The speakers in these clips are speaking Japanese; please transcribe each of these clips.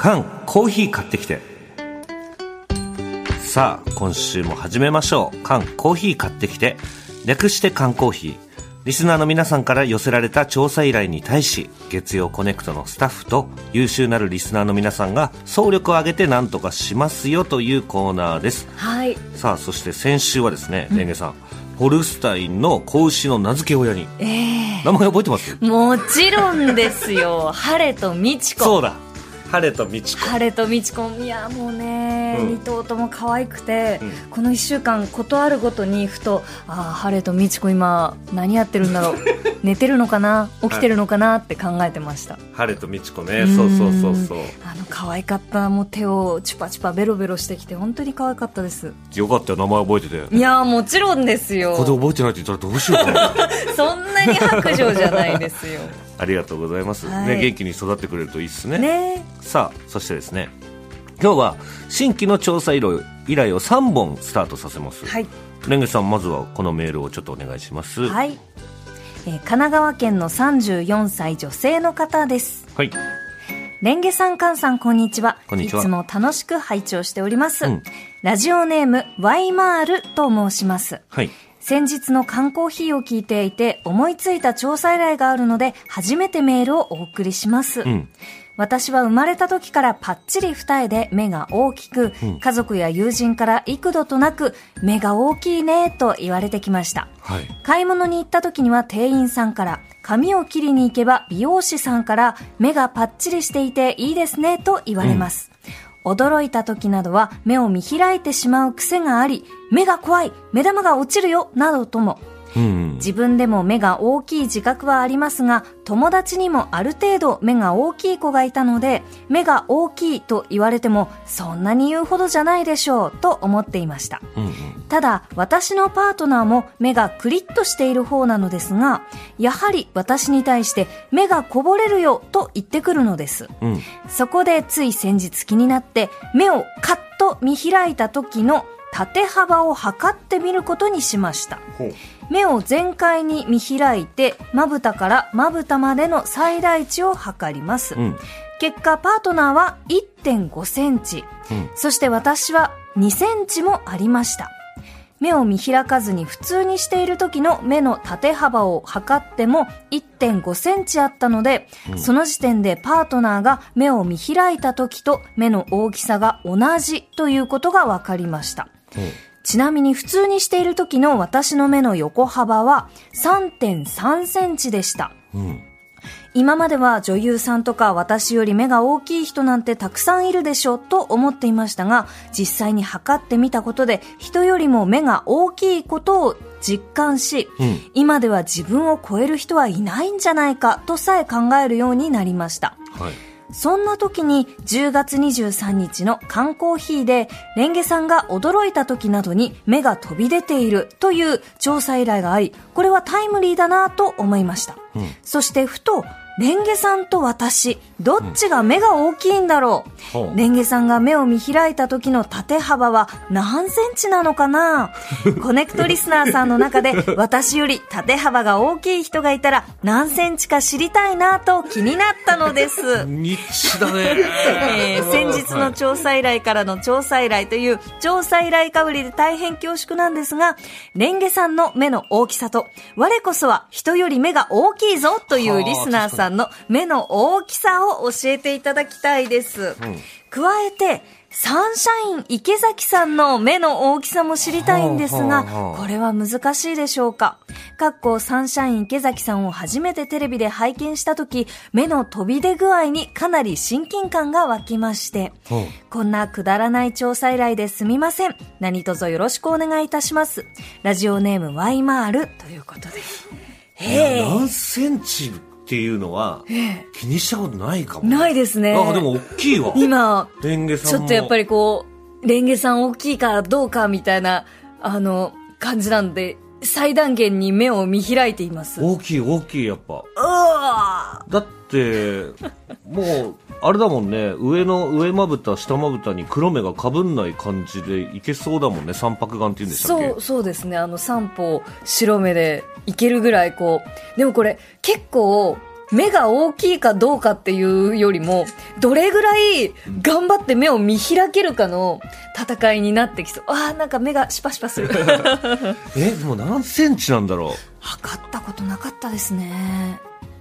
缶コーヒー買ってきて。さあ今週も始めましょう。缶コーヒー買ってきて、略して缶コーヒー。リスナーの皆さんから寄せられた調査依頼に対し、月曜コネクトのスタッフと優秀なるリスナーの皆さんが総力を挙げて何とかしますよというコーナーです。 はい。 さあそして先週はですね、レンゲさん、ホルスタインの子牛の名付け親に、名前覚えてます？ もちろんですよ。ハレとミチコ。 そうだ、ハレとミチコ。 ハレとミチコ、いやもうね、2頭とも可愛くて、この1週間ことあるごとにふと、ハレとミチコ今何やってるんだろう寝てるのかな、起きてるのかなって考えてました。 ハレとミチコね、そうそうそうそう。 可愛かった。もう手をチュパチュパベロベロしてきて本当に可愛かったです。 よかったよ、名前覚えてて。 いやもちろんですよ。 ここで覚えてないって言ったらどうしようかなそんなに白状じゃないですよありがとうございます、ね、元気に育ってくれるといいですね。 ね。 さあそしてですね、今日は新規の調査依頼を3本スタートさせます。 はい。 レンゲさん、まずはこのメールをちょっとお願いします。 はい。神奈川県の34歳女性の方です。 はい。 レンゲさん、カンさん、こんにちは。 こんにちは。 いつも楽しく拝聴しております、ラジオネームワイマールと申します。 はい。 先日の缶コーヒーを聞いていて思いついた調査依頼があるので初めてメールをお送りします、私は生まれた時からパッチリ二重で目が大きく、家族や友人から幾度となく目が大きいねと言われてきました、はい、買い物に行った時には店員さんから、髪を切りに行けば美容師さんから目がパッチリしていていいですねと言われます、驚いた時などは目を見開いてしまう癖があり、目が怖い、目玉が落ちるよなどとも、自分でも目が大きい自覚はありますが、友達にもある程度目が大きい子がいたので、目が大きいと言われてもそんなに言うほどじゃないでしょうと思っていました、ただ私のパートナーも目がクリッとしている方なのですが、やはり私に対して目がこぼれるよと言ってくるのです、そこでつい先日気になって目をカッと見開いた時の縦幅を測ってみることにしました。目を全開に見開いて、まぶたからまぶたまでの最大値を測ります、結果パートナーは 1.5 センチ、そして私は2センチもありました。目を見開かずに普通にしている時の目の縦幅を測っても 1.5 センチあったので、その時点でパートナーが目を見開いた時と目の大きさが同じということが分かりました、ちなみに普通にしている時の私の目の横幅は 3.3 センチでした、今までは女優さんとか私より目が大きい人なんてたくさんいるでしょうと思っていましたが、実際に測ってみたことで人よりも目が大きいことを実感し、今では自分を超える人はいないんじゃないかとさえ考えるようになりました、そんな時に10月23日の缶コーヒーでレンゲさんが驚いた時などに目が飛び出ているという調査依頼があり、これはタイムリーだなと思いました、そしてふとレンゲさんと私、どっちが目が大きいんだろう、レンゲさんが目を見開いた時の縦幅は何センチなのかなコネクトリスナーさんの中で私より縦幅が大きい人がいたら何センチか知りたいなと気になったのですニッチだね、 先日の調査依頼からの調査依頼という調査依頼かぶりで大変恐縮なんですが、レンゲさんの目の大きさと我こそは人より目が大きいぞというリスナーさんの目の大きさを教えていただきたいです、加えてサンシャイン池崎さんの目の大きさも知りたいんですが、これは難しいでしょうか。サンシャイン池崎さんを初めてテレビで拝見したとき、目の飛び出具合にかなり親近感が湧きまして、こんなくだらない調査依頼ですみません。何卒よろしくお願いいたします。ラジオネームワイマールということで。 何センチっていうのは気にしたことないかも、 ないですね。 でも大きいわ。 今レンゲさんもちょっとやっぱりレンゲさん大きいかどうかみたいな感じなんで、最大限に目を見開いています。 大きいやっぱ。だってもうあれだもんね、上まぶた下まぶたに黒目がかぶんない感じでいけそうだもんね。三白眼っていうんでしたっけ。 そうですね。三歩白目でいけるぐらいでもこれ結構目が大きいかどうかっていうよりも、どれぐらい頑張って目を見開けるかの戦いになってきそう。なんか目がシパシパする。 でも何センチなんだろう。 測ったことなかったですね。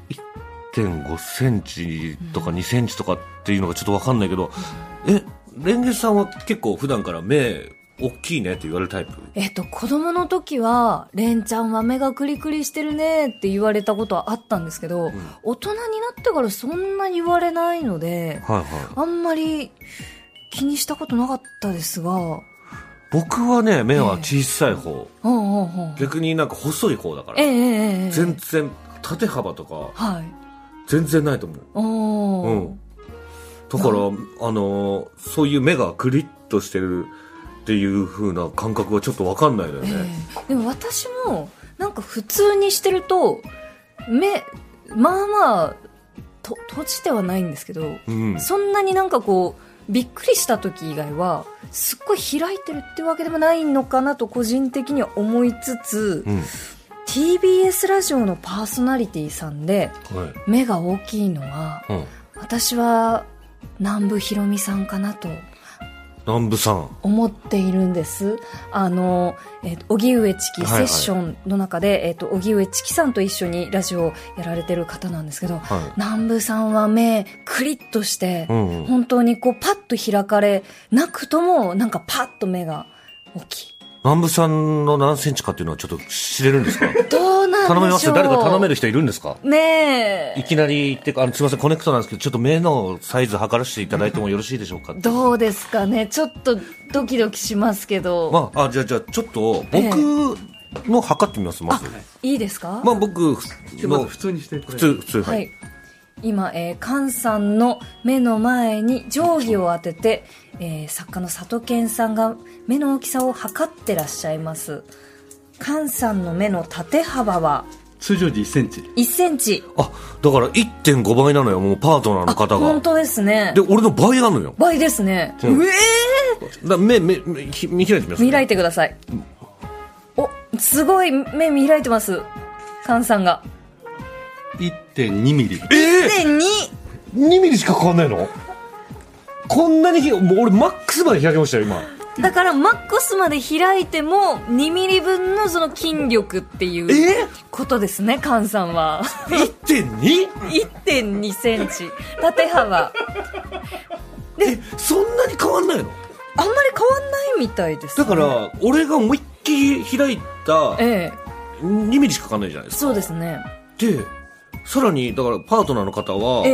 1.5 センチとか2センチとかっていうのがちょっと分かんないけど、レンゲさんは結構普段から目大きいねって言われるタイプ？ 子供の時は、レンちゃんは目がクリクリしてるねって言われたことはあったんですけど、大人になってからそんなに言われないので、あんまり気にしたことなかったですが、 僕はね、目は小さい方、逆になんか細い方だから、全然縦幅とか、全然ないと思う。だからそういう目がクリッとしてるっていう風な感覚はちょっと分かんないのよね。 でも私もなんか普通にしてると目まあまあ閉じてはないんですけど、そんなになんかこうびっくりした時以外はすっごい開いてるってわけでもないのかなと個人的には思いつつ、TBS ラジオのパーソナリティさんで目が大きいのは、私は南部ひろみさんかなと南部さん思っているんです。荻上チキセッションの中で、荻上チキさんと一緒にラジオをやられてる方なんですけど、南部さんは目クリッとして、本当にこうパッと開かれなくともなんかパッと目が大きい。 南部さんの何センチかっていうのはちょっと知れるんですか？ どうなんでしょう。 頼めますよ。誰か頼める人いるんですか？ ねえ。 いきなり言ってすいません、コネクトなんですけど、ちょっと目のサイズ測らせていただいてもよろしいでしょうか？ どうですかね。ちょっとドキドキしますけど。 じゃあちょっと僕の測ってみます。まず。 いいですか？ 僕の普通にして普通はい。今、菅さんの目の前に定規を当てて、作家の佐藤健さんが目の大きさを測ってらっしゃいます。菅さんの目の縦幅は通常時1センチ。 1センチ。 だから 1.5 倍なのよ、もうパートナーの方が。 本当ですね。 で、俺の倍なのよ。 倍ですね。 目開いてみますね。 開いてください。すごい目見開いてます。菅さんが。 1.2 ミリ。 1.2 ミリしか変わんないの？こんなにもう俺マックスまで開けましたよ今。 だからマックスまで開いても2ミリ分のその筋力っていうことですね。菅さんは 1.2 センチ縦幅で、そんなに変わんないの？ あんまり変わんないみたいです、ね、 だから俺が思いっきり開いた2ミリしか変わんないじゃないですか。 そうですね。 でさらにだからパートナーの方は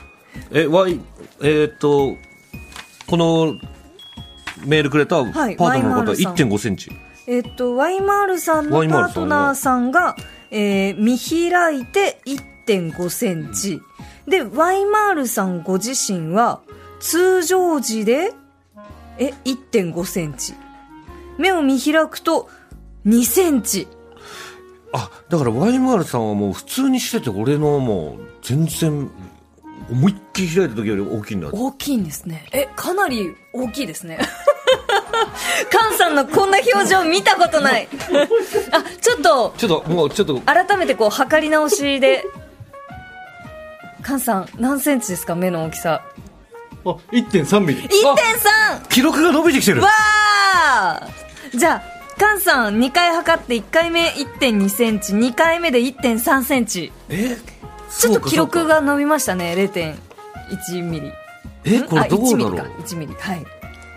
このメールくれたパートナーの方は 1.5 センチ。 ワイマールさんのパートナーさんが、見開いて 1.5 センチ。で、ワイマールさんご自身は通常時で、1.5 センチ。目を見開くと2センチ。 だからワイマールさんはもう普通にしてて、俺のもう全然思いっきり開いた時より大きいんだ。 大きいんですね。かなり大きいですね。菅さんのこんな表情見たことない。ちょっと改めてこう測り直しで。菅さん何センチですか？目の大きさ。 1.3 ミリ。 1.3! 記録が伸びてきてる。 わー！じゃあ菅さん2回測って1回目 1.2 センチ、2回目で 1.3 センチ。ちょっと記録が伸びましたね。 0.1 ミリ。 これどうだろう。 1ミリか。1ミリ。はい。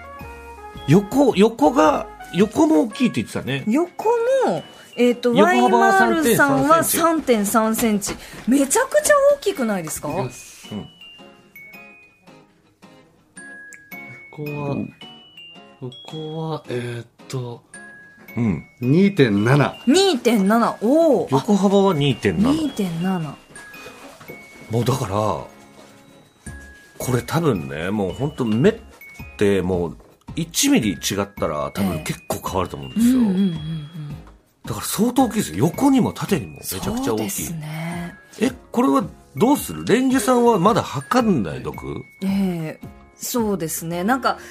横も大きいって言ってたね。 横もワイマールさんは 3.3 センチ。めちゃくちゃ大きくないですか？ ここは2.7。 2.7。おお。 横幅は 2.7。 2.7。 もうだからこれ多分ね、もう本当目ってもう1ミリ違ったら多分結構変わると思うんですよ。だから相当大きいですよ。横にも縦にもめちゃくちゃ大きい。そうですね。これはどうする？レンゲさんはまだ測んない毒？ そうですね。なんか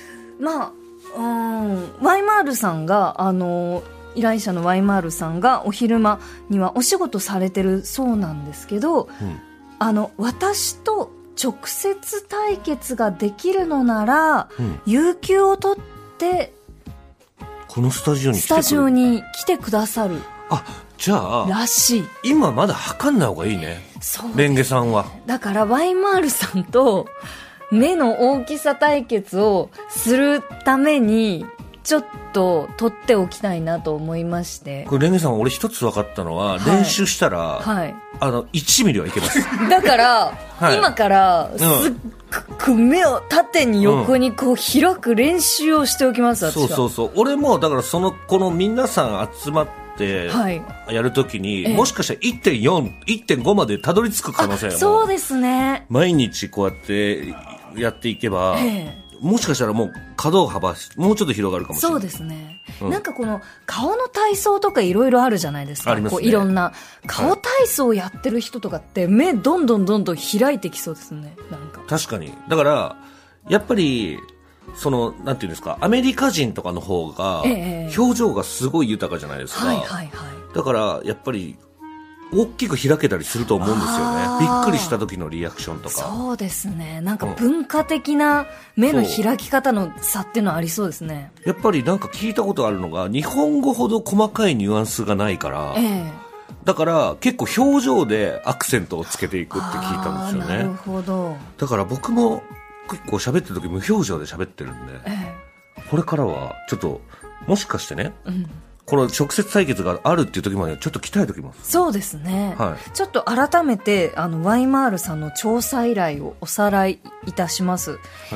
ワイマールさんが依頼者のワイマールさんがお昼間にはお仕事されてるそうなんですけど、 私と直接対決ができるのなら、有給を取ってこのスタジオに来てくださる。 じゃあらしい。 今まだ測んない方がいいね。 そうレンゲさんは。 だからワイマールさんと目の大きさ対決をするためにちょっと取っておきたいなと思いまして。 これレンゲさん、俺一つ分かったのは、練習したら、1ミリはいけます。 だから、今からすっごく目を縦に横にこう開く練習をしておきます。私は。 そう。俺もだからこの皆さん集まってやるときに、もしかしたら 1.4、1.5 までたどり着く可能性も。 そうですね。 毎日こうやってやっていけば、もしかしたらもう可動幅もうちょっと広がるかもしれない。 そうですね。なんかこの顔の体操とかいろいろあるじゃないですか。 ありますね。 こういろんな顔体操をやってる人とかって目どんどん開いてきそうですね。なんか確かに。だからやっぱりなんていうんですか、アメリカ人とかの方が表情がすごい豊かじゃないですか。だからやっぱり大きく開けたりすると思うんですよね。びっくりした時のリアクションとか。 そうですね。なんか文化的な目の開き方の差っていうのはありそうですね。 やっぱりなんか聞いたことあるのが、日本語ほど細かいニュアンスがないから、だから結構表情でアクセントをつけていくって聞いたんですよね。 なるほど。 だから僕も結構喋ってる時無表情で喋ってるんで、これからはちょっともしかしてね、この直接対決があるっていう時までちょっと鍛えておきます。 そうですね。ちょっと改めてワイマールさんの調査依頼をおさらいいたします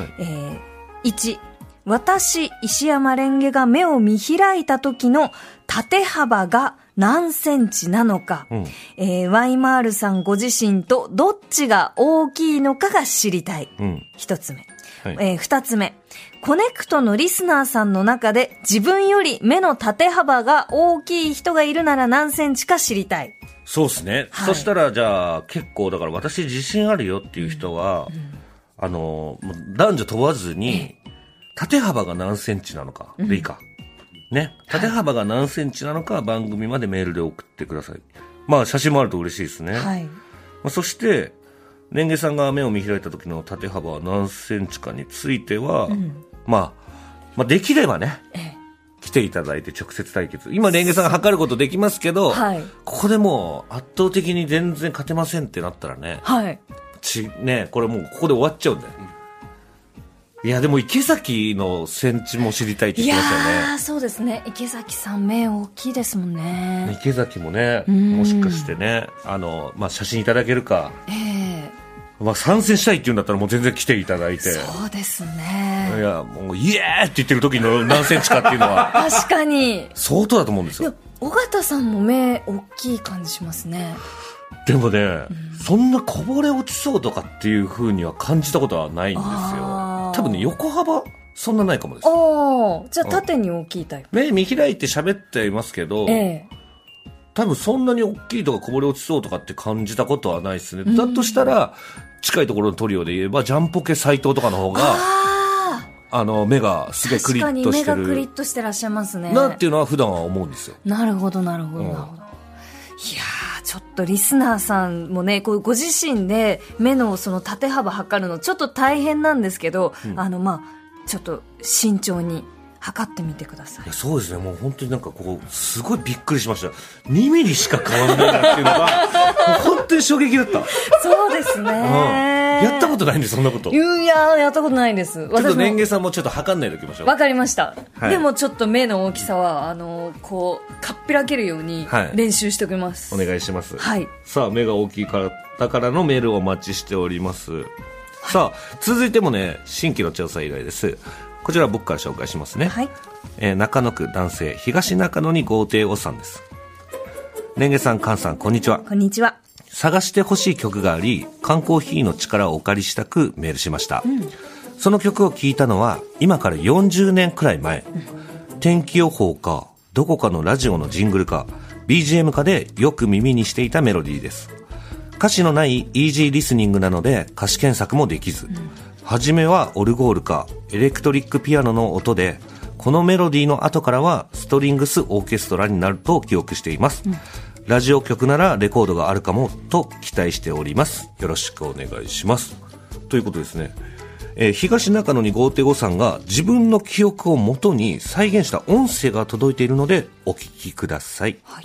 。1、私石山レンゲが目を見開いた時の縦幅が何センチなのか、ワイマールさんご自身とどっちが大きいのかが知りたい。一つ目。二つ目。コネクトのリスナーさんの中で自分より目の縦幅が大きい人がいるなら何センチか知りたい。 そうですね。そしたらじゃあ結構だから私自信あるよっていう人は、男女問わずに縦幅が何センチなのかでいいか。ね。縦幅が何センチなのか番組までメールで送ってください。まあ写真もあると嬉しいですね。そして、レンゲさんが目を見開いた時の縦幅は何センチかについては、まあできればね、来ていただいて直接対決。今レンゲさんが測ることできますけど、ここでもう圧倒的に全然勝てませんってなったらね、これもうここで終わっちゃうんだよ。いやでも池崎のセンチも知りたいって言ってましたよね。 そうですね。池崎さん目大きいですもんね。 池崎もね、もしかしてね、写真いただけるか。参戦したいって言うんだったらもう全然来ていただいて。 そうですね。 いやもうイエーって言ってる時の何センチかっていうのは確かに相当だと思うんですよ。 尾形さんも目大きい感じしますね。 でもね、そんなこぼれ落ちそうとかっていう風には感じたことはないんですよ。多分ね、横幅そんなないかもです。 じゃあ縦に大きいタイプ。 目見開いて喋っていますけど、多分そんなに大きいとかこぼれ落ちそうとかって感じたことはないですね。だとしたら近いところのトリオで言えばジャンポケ斉藤とかの方が目がすげえクリッとしてる。 確かに目がクリッとしてらっしゃいますね。 なっていうのは普段は思うんですよ。 なるほど。いやちょっとリスナーさんもね、ご自身で目のその縦幅測るのちょっと大変なんですけど、ちょっと慎重に測ってみてください。 そうですね。もう本当になんかすごいびっくりしました。2ミリしか変わらないなっていうのが本当に衝撃だった。 そうですね、 やったことないんでそんなこと。 いややったことないです。 ちょっとレンゲさんもちょっと測んないでおきましょう。 わかりました、でもちょっと目の大きさはかっぴらけるように練習しておきます、 お願いします。 さあ目が大きい方からのメールをお待ちしております。さあ続いてもね、新規の調査依頼です。こちらは僕から紹介しますね。中野区男性、東中野に豪邸おさんです。レンゲさん、カンさん、こんにちは。 こんにちは。 探してほしい曲があり、缶コーヒーの力をお借りしたくメールしました。その曲を聴いたのは今から40年くらい前、天気予報かどこかのラジオのジングルか BGM かでよく耳にしていたメロディーです。歌詞のないイージーリスニングなので歌詞検索もできず、初めはオルゴールかエレクトリックピアノの音で、このメロディーの後からはストリングスオーケストラになると記憶しています。 ラジオ局ならレコードがあるかもと期待しております。よろしくお願いします。ということですね。東中野に5.5さんが自分の記憶をもとに再現した音声が届いているのでお聞きください。はい。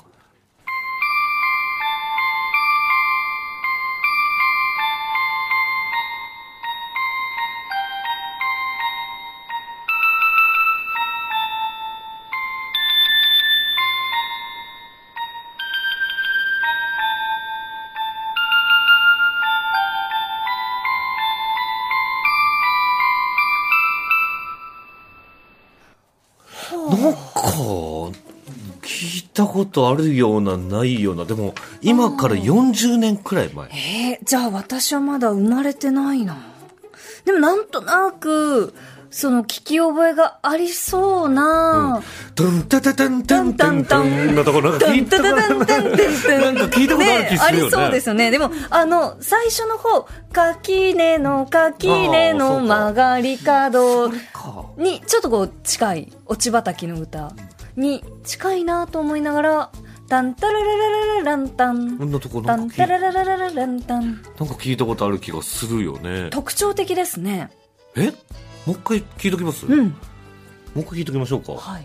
なんか聞いたことあるようなないような。でも今から40年くらい前。 じゃあ私はまだ生まれてないな。でもなんとなくその聞き覚えがありそうな、 トンタタタンタンタンタンのところなんか聞いたことある気するよね。 ありそうですよね。でも最初の方、垣根の曲がり角にちょっとこう近い落ち畑の歌に近いなと思いながら、タンタラララララランタン、タンタラララララランタン、なんか聞いたことある気がするよね。 特徴的ですね。 もう一回聞いときます？もう一回聞いときましょうか。 はい。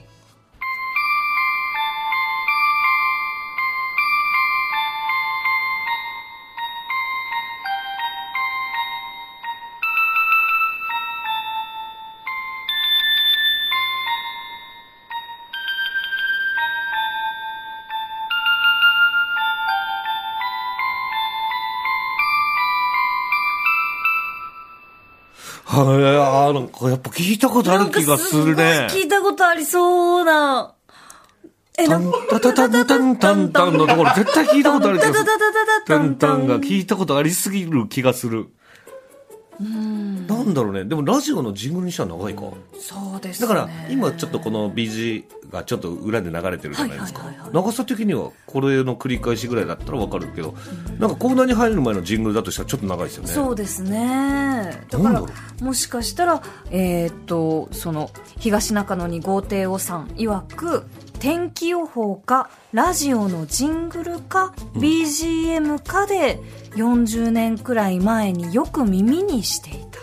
なんかやっぱ聞いたことある気がするね。 聞いたことありそうな。 タンタタタンタンタンタンのところ絶対聞いたことある気がする。タンタンが聞いたことありすぎる気がする。なんだろうね。でもラジオのジングルにしては長いか。 そうですね。 だから今ちょっとこの BG がちょっと裏で流れてるじゃないですか。長さ的にはこれの繰り返しぐらいだったらわかるけど、なんかコーナーに入る前のジングルだとしたらちょっと長いですよね。 そうですね。だからもしかしたらその東中野に5.5さん曰く、天気予報かラジオのジングルか BGM かで40年くらい前によく耳にしていた。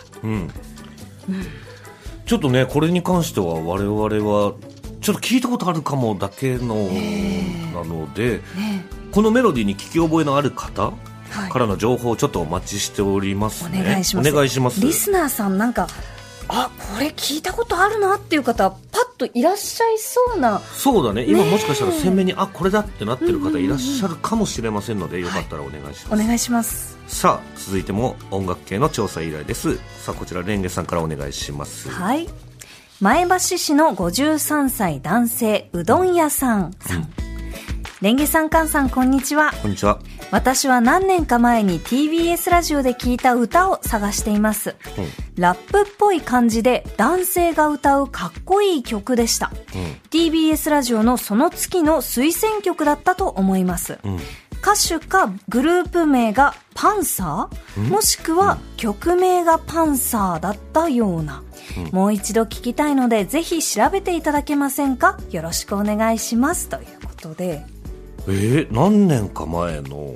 ちょっとね、これに関しては我々はちょっと聞いたことあるかもだけのなので、このメロディーに聞き覚えのある方からの情報をちょっとお待ちしておりますね。 お願いします。 お願いします。 リスナーさんなんかこれ聞いたことあるなっていう方パッといらっしゃいそうな。 そうだね。今もしかしたら鮮明にこれだってなってる方いらっしゃるかもしれませんので、よかったらお願いします。 お願いします。 さあ続いても音楽系の調査依頼です。さあこちらレンゲさんからお願いします。 はい。前橋市の53歳男性うどん屋さんさん、レンゲさん、カンさん、こんにちは。 こんにちは。 私は何年か前に TBS ラジオで聞いた歌を探しています。ラップっぽい感じで男性が歌うかっこいい曲でした。TBS ラジオのその月の推薦曲だったと思います。歌手かグループ名がパンサー、もしくは曲名がパンサーだったような。もう一度聞きたいのでぜひ調べていただけませんか。よろしくお願いします、ということで。 何年か前の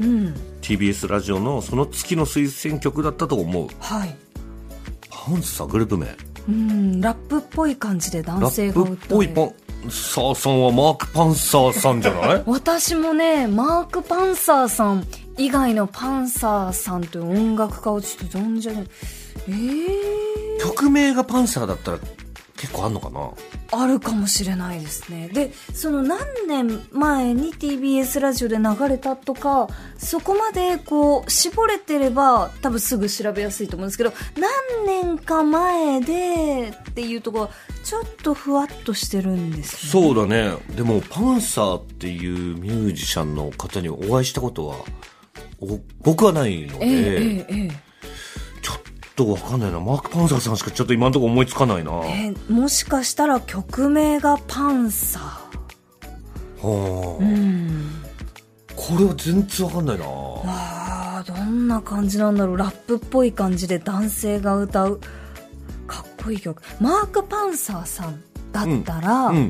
TBS ラジオのその月の推薦曲だったと思う。 はい。 パンサーグループ名。 ラップっぽい感じで男性が歌う。ラップっぽいパンサーさんはマーク・パンサーさんじゃない？ 私もね、マーク・パンサーさん以外のパンサーさんという音楽家をちょっと存じ上げない。 曲名がパンサーだったら結構あんのかな。 あるかもしれないですね。で、その何年前に TBS ラジオで流れたとか、そこまでこう絞れてれば多分すぐ調べやすいと思うんですけど、何年か前でっていうところちょっとふわっとしてるんですね。 そうだね。でもパンサーっていうミュージシャンの方にお会いしたことは僕はないので、ちょっとわかんないな。マーク・パンサーさんしかちょっと今のところ思いつかないな。 もしかしたら曲名がパンサー。 これは全然わかんないな。 どんな感じなんだろう。ラップっぽい感じで男性が歌うかっこいい曲。マーク・パンサーさんだったら、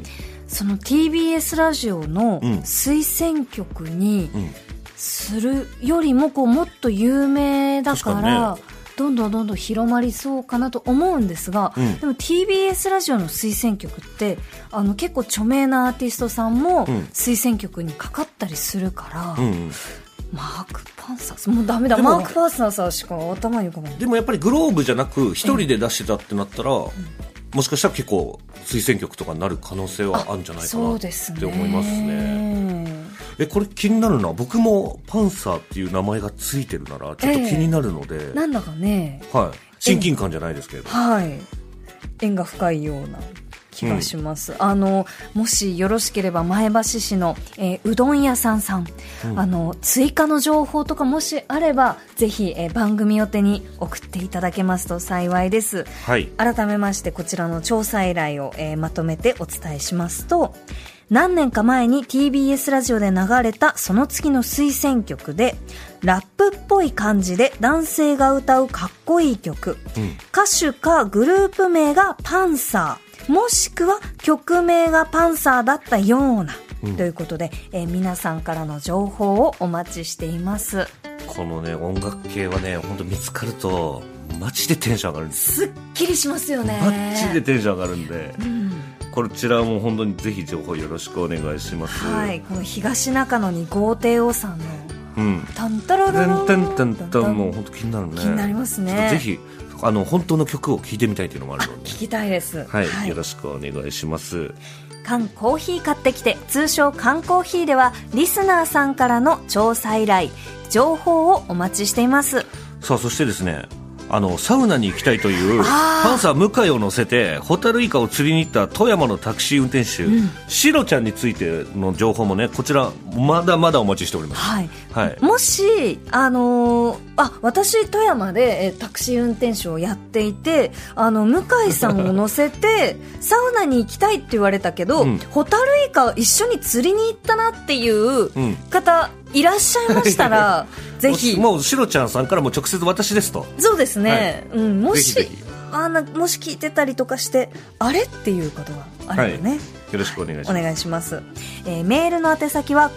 その TBS ラジオの推薦曲にするよりももっと有名だから、どんどん広まりそうかなと思うんですが、でも TBS ラジオの推薦曲って結構著名なアーティストさんも推薦曲にかかったりするから、マーク・パンサーさんもうダメだ、マーク・パンサーさんしか頭に浮かばない。 でもやっぱりグローブじゃなく一人で出してたってなったら、もしかしたら結構推薦曲とかになる可能性はあるんじゃないかなって思いますね。これ気になるな。僕もパンサーっていう名前がついてるならちょっと気になるので、 なんだかね、 親近感じゃないですけれど、 縁が深いような気がします。もしよろしければ前橋市の、うどん屋さん、追加の情報とかもしあればぜひ、番組宛てに送っていただけますと幸いです。改めましてこちらの調査依頼を、まとめてお伝えしますと、何年か前に TBS ラジオで流れたその月の推薦曲で、ラップっぽい感じで男性が歌うかっこいい曲、歌手かグループ名がパンサー、もしくは曲名がパンサーだったような、ということで、皆さんからの情報をお待ちしています。 このね音楽系はね本当見つかるとマジでテンション上がるんです。 すっきりしますよね。 マジでテンション上がるんで、こちらも本当にぜひ情報よろしくお願いします。 この東中野に豪邸王さんのタンタララランタンタンタンもう本当気になるね。 気になりますね。 ぜひ本当の曲を聴いてみたいというのもあるので聞きたいです。 よろしくお願いします。 缶コーヒー買ってきて、通称缶コーヒーではリスナーさんからの調査依頼、情報をお待ちしています。 さあそしてですね、サウナに行きたいというパンサー向井を乗せてホタルイカを釣りに行った富山のタクシー運転手、シロちゃんについての情報もね、こちらまだまだお待ちしております。もし私富山でタクシー運転手をやっていて、向井さんを乗せてサウナに行きたいって言われたけど、ホタルイカ一緒に釣りに行ったなっていう方、いらっしゃいましたらぜひもうシロちゃんさんからも直接私ですと。 そうですね、もしぜひぜひもし聞いてたりとかしてあれっていうことがあればね、 よろしくお願いします。 お願いします。メールの宛先は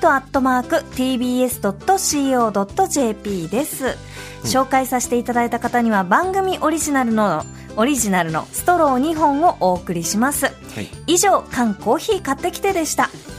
connect@tbs.co.jp です。紹介させていただいた方には番組オリジナルのストロー2本をお送りします。以上、缶コーヒー買ってきてでした。